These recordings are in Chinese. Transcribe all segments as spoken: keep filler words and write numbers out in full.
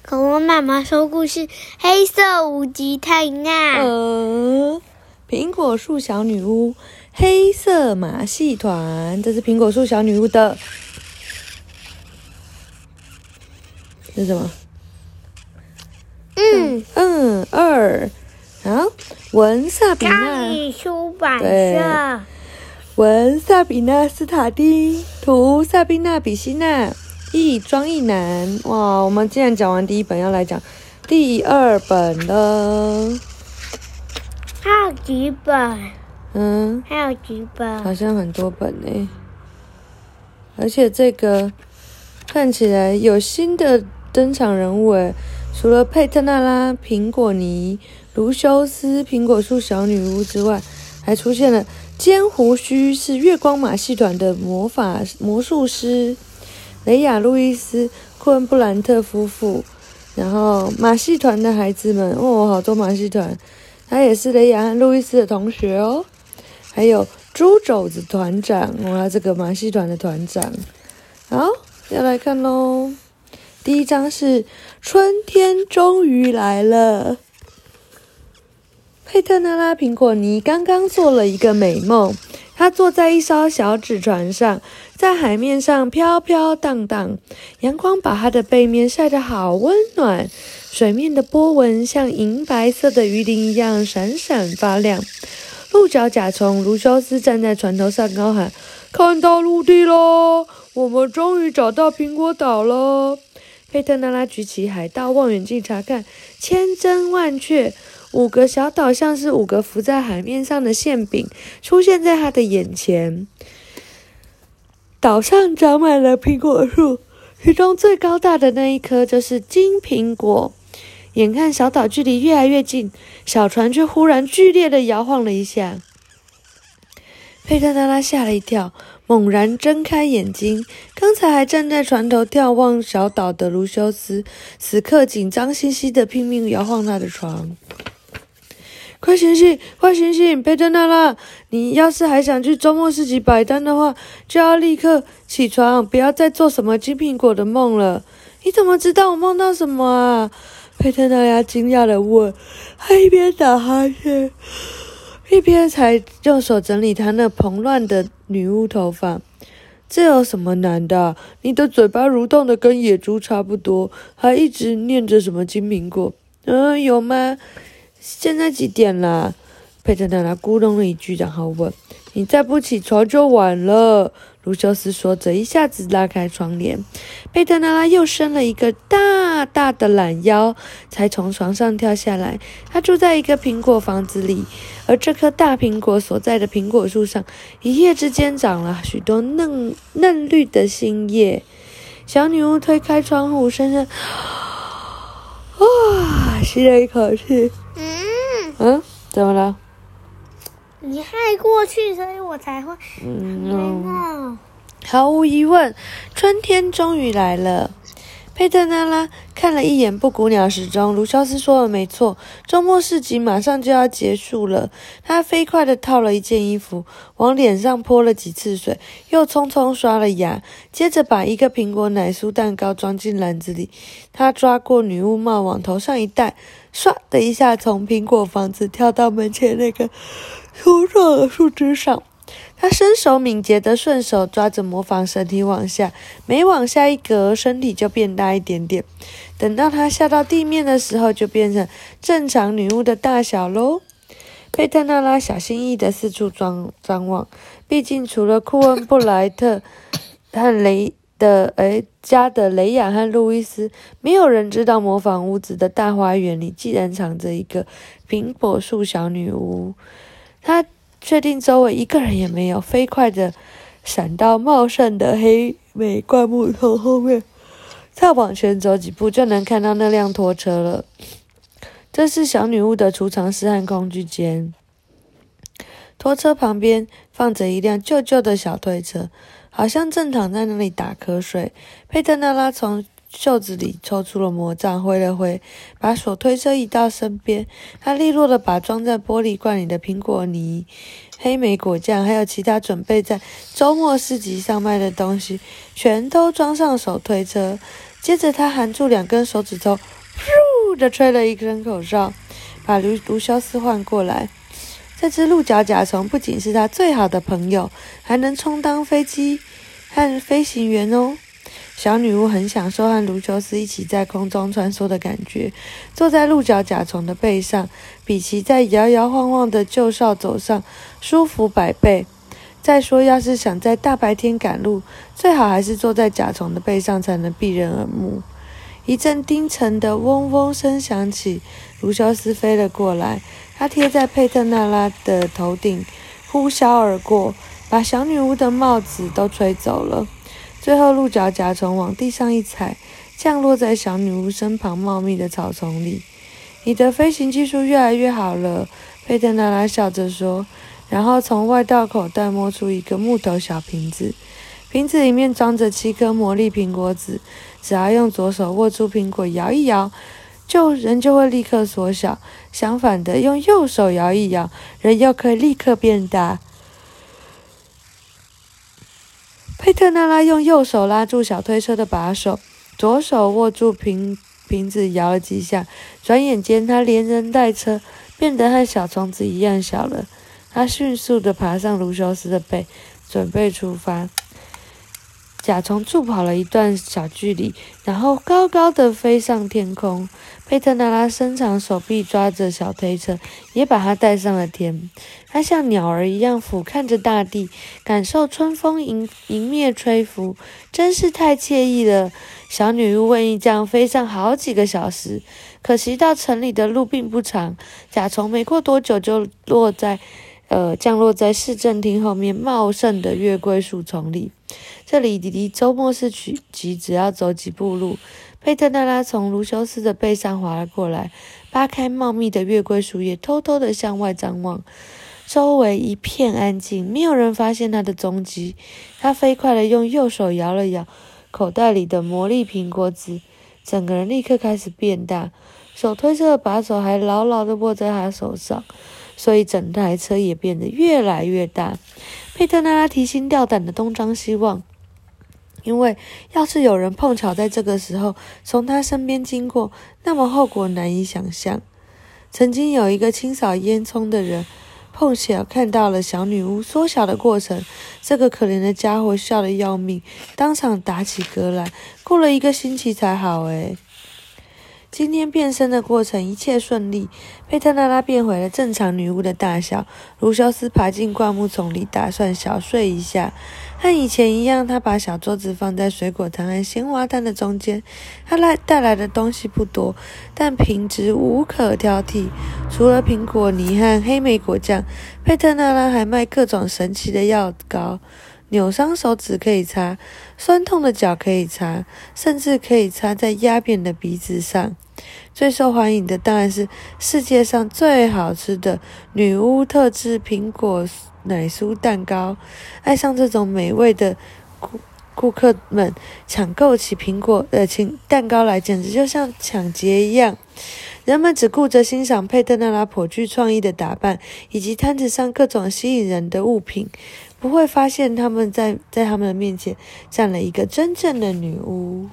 恐龙妈妈说故事：黑色无极太娜。 呃，苹果树小女巫，黑色马戏团，这是苹果树小女巫的。这是什么？ 嗯嗯，二，好，文萨比康纳， 宇出版对社。 文萨比纳斯塔丁，图萨宾娜比希纳，译庄译男。哇，我们既然讲完第一本，要来讲第二本了。 还有几本？ 嗯， 还有几本？ 好像很多本呢，而且这个看起来有新的登场人物诶，除了佩特纳拉、苹果尼、卢修斯、苹果树小女巫之外，还出现了尖胡须是月光马戏团的魔法魔术师雷亚路易斯、库恩布兰特夫妇，然后马戏团的孩子们哦，好多马戏团，他也是雷亚和路易斯的同学哦。还有猪肘子团长，哇，这个马戏团的团长。好，要来看咯。第一章是春天终于来了。佩特纳拉苹果尼刚刚做了一个美梦，他坐在一艘小纸船上，在海面上飘飘荡荡，阳光把他的背面晒得好温暖，水面的波纹像银白色的鱼鳞一样闪闪发亮。鹿角甲虫卢修斯站在船头上高喊：“看到陆地了，我们终于找到苹果岛了！”佩特纳拉举起海盗望远镜查看，千真万确，五个小岛像是五个浮在海面上的馅饼，出现在他的眼前。岛上长满了苹果树，其中最高大的那一棵就是金苹果。眼看小岛距离越来越近，小船却忽然剧烈地摇晃了一下。佩特纳拉吓了一跳，猛然睁开眼睛。刚才还站在船头眺望小岛的卢修斯，此刻紧张兮兮地拼命摇晃他的床。快醒醒，快醒醒，佩特纳拉！你要是还想去周末市集摆摊的话，就要立刻起床，不要再做什么金苹果的梦了。你怎么知道我梦到什么啊？佩特纳拉惊讶地问，他一边打哈欠，一边才用手整理他那蓬乱的女巫头发。这有什么难的啊？你的嘴巴蠕动的跟野猪差不多，还一直念着什么金苹果。嗯，有吗？现在几点啦？佩特纳拉咕哝了一句，然后问：“你再不起床就晚了。”卢修斯说着，一下子拉开窗帘。佩特纳拉又伸了一个大大的懒腰，才从床上跳下来。他住在一个苹果房子里，而这棵大苹果所在的苹果树上，一夜之间长了许多嫩嫩绿的新叶。小女巫推开窗户，深深啊吸了一口气。 嗯嗯，怎么了？ 你害过去，所以我才会嗯嗯毫无疑问，春天终于来了。佩特纳拉看了一眼布谷鸟时钟，卢修斯说的没错，周末市集马上就要结束了。他飞快地套了一件衣服，往脸上泼了几次水，又匆匆刷了牙，接着把一个苹果奶酥蛋糕装进篮子里。他抓过女巫帽往头上一戴，唰的一下从苹果房子跳到门前那个粗壮的树枝上。他身手敏捷地顺手抓着魔法绳体往下，每往下一格，身体就变大一点点。等到他下到地面的时候，就变成正常女巫的大小咯。佩特纳拉小心翼翼地四处张张望，毕竟除了库恩布莱特和雷的诶家的雷亚和路易斯，没有人知道模仿屋子的大花园里竟然藏着一个苹果树小女巫。他确定周围一个人也没有，飞快地闪到茂盛的黑莓灌木丛后面，再往前走几步就能看到那辆拖车了。这是小女巫的储藏室和工具间。拖车旁边放着一辆旧旧的小推车，好像正躺在那里打瞌睡。佩特纳拉从袖子里抽出了魔杖，挥了挥，把手推车移到身边。他利落地把装在玻璃罐里的苹果泥、黑莓果酱，还有其他准备在周末市集上卖的东西，全都装上手推车。 接着他含住两根手指头，噗的吹了一声口哨，把卢卢修斯唤过来。这只鹿角甲虫不仅是他最好的朋友，还能充当飞机和飞行员哦。小女巫很享受和卢修斯一起在空中穿梭的感觉，坐在鹿角甲虫的背上，比骑在摇摇晃晃的旧扫帚上舒服百倍。再说，要是想在大白天赶路，最好还是坐在甲虫的背上，才能避人耳目。一阵低沉的嗡嗡声响起，卢修斯飞了过来，他贴在佩特纳拉的头顶，呼啸而过，把小女巫的帽子都吹走了。最后，鹿角甲虫往地上一踩，降落在小女巫身旁茂密的草丛里。你的飞行技术越来越好了，佩特纳拉笑着说，然后从外道口袋摸出一个木头小瓶子，瓶子里面装着七颗魔力苹果籽，只要用左手握住苹果摇一摇，就人就会立刻缩小。相反的，用右手摇一摇，人又可以立刻变大。佩特纳拉用右手拉住小推车的把手，左手握住瓶瓶子摇了几下，转眼间他连人带车变得和小虫子一样小了。他迅速地爬上卢修斯的背，准备出发。甲虫助跑了一段小距离，然后高高的飞上天空。佩特纳拉伸长手臂抓着小推车，也把它带上了天。他像鸟儿一样俯瞰着大地，感受春风迎迎面吹拂，真是太惬意了。小女巫愿意这样飞上好几个小时，可惜到城里的路并不长，甲虫没过多久就落在呃降落在市政厅后面茂盛的月桂树丛里。这里离周末市集只要走几步路。佩特纳拉从卢修斯的背上滑了过来，扒开茂密的月桂树叶，偷偷地向外张望。周围一片安静，没有人发现他的踪迹。他飞快地用右手摇了摇口袋里的魔力苹果籽，整个人立刻开始变大，手推车的把手还牢牢地握在他手上，所以整台车也变得越来越大。佩特纳拉提心吊胆的东张西望，因为要是有人碰巧在这个时候从他身边经过，那么后果难以想象。曾经有一个清扫烟囱的人碰巧看到了小女巫缩小的过程，这个可怜的家伙笑得要命，当场打起嗝来，过了一个星期才好诶。今天变身的过程一切顺利，佩特纳拉变回了正常女巫的大小。卢修斯爬进灌木丛里，打算小睡一下。和以前一样，他把小桌子放在水果摊和鲜花摊的中间。他来带来的东西不多，但品质无可挑剔。除了苹果泥和黑莓果酱，佩特纳拉还卖各种神奇的药膏。扭伤手指可以擦，酸痛的脚可以擦，甚至可以擦在压扁的鼻子上。最受欢迎的当然是世界上最好吃的女巫特制苹果奶酥蛋糕。爱上这种美味的顾顾客们抢购起苹果呃请蛋糕来，简直就像抢劫一样。人们只顾着欣赏佩特纳拉颇具创意的打扮，以及摊子上各种吸引人的物品，不会发现他们在在他们的面前站了一个真正的女巫。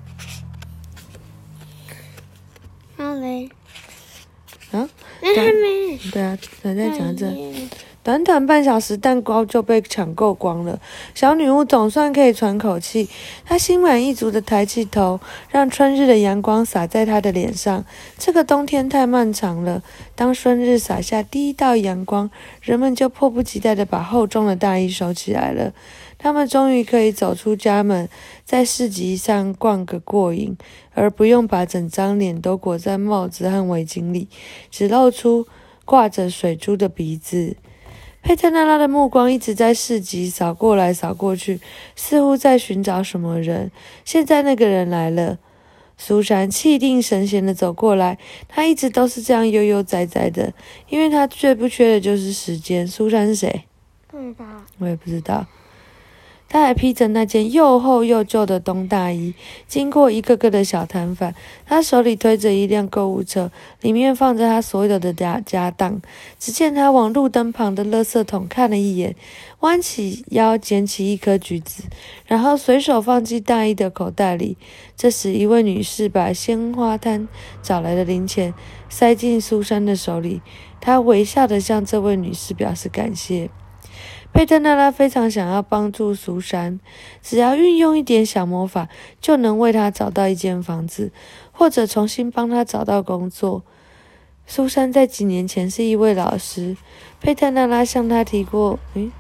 好嘞， 啊？ 那还没。 对啊，还在讲这。短短半小时，蛋糕就被抢购光了。小女巫总算可以喘口气，她心满意足地抬起头，让春日的阳光洒在她的脸上。这个冬天太漫长了，当春日洒下第一道阳光，人们就迫不及待地把厚重的大衣收起来了。他们终于可以走出家门，在市集上逛个过瘾，而不用把整张脸都裹在帽子和围巾里，只露出挂着水珠的鼻子。佩特纳拉的目光一直在市集扫过来扫过去，似乎在寻找什么人。现在那个人来了。苏珊气定神闲地走过来，她一直都是这样悠悠哉哉的，因为她最不缺的就是时间。苏珊是谁？ 不知道。 我也不知道。 他还披着那件又厚又旧的冬大衣，经过一个个的小摊贩。他手里推着一辆购物车，里面放着他所有的家家当。只见他往路灯旁的垃圾桶看了一眼，弯起腰捡起一颗橘子，然后随手放进大衣的口袋里。这时，一位女士把鲜花摊找来的零钱塞进苏珊的手里，她微笑地向这位女士表示感谢。佩特娜拉非常想要帮助苏珊，只要运用一点小魔法，就能为她找到一间房子，或者重新帮她找到工作。苏珊在几年前是一位老师，佩特娜拉向她提过，诶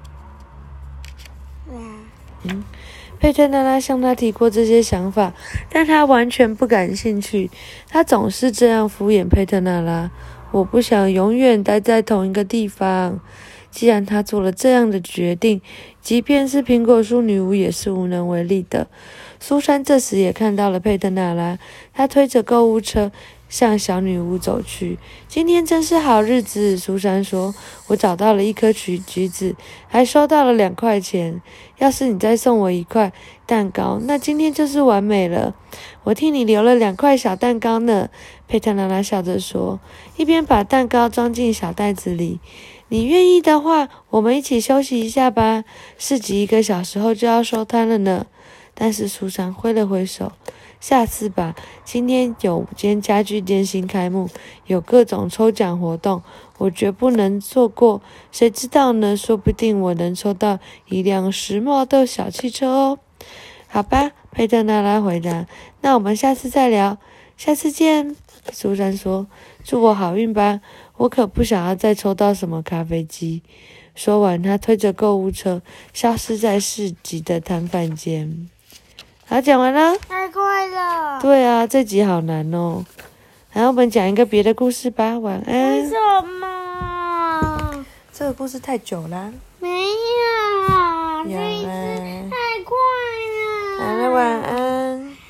嗯，佩特娜拉向她提过这些想法，但她完全不感兴趣。她总是这样敷衍佩特娜拉：“我不想永远待在同一个地方。”既然她做了这样的决定，即便是苹果树女巫也是无能为力的。苏珊这时也看到了佩特娜拉，她推着购物车向小女巫走去。今天真是好日子，苏珊说：“我找到了一颗橘橘子，还收到了两块钱。要是你再送我一块蛋糕，那今天就是完美了。我替你留了两块小蛋糕呢。”佩特娜拉笑着说，一边把蛋糕装进小袋子里。你愿意的话，我们一起休息一下吧。市集一个小时后就要收摊了呢。但是苏珊挥了挥手，下次吧。今天有间家具店新开幕，有各种抽奖活动，我绝不能错过。谁知道呢？说不定我能抽到一辆时髦的小汽车哦。好吧，佩特娜拉回答。那我们下次再聊。下次见，苏珊说。祝我好运吧。我可不想要再抽到什么咖啡机。说完，他推着购物车消失在市集的摊贩间。好，讲完了。 太快了。 对啊，这集好难哦。然后我们讲一个别的故事吧。晚安。 为什么？ 这个故事太久啦。 没有， 有这一次啊。 太快了。 好了，晚安。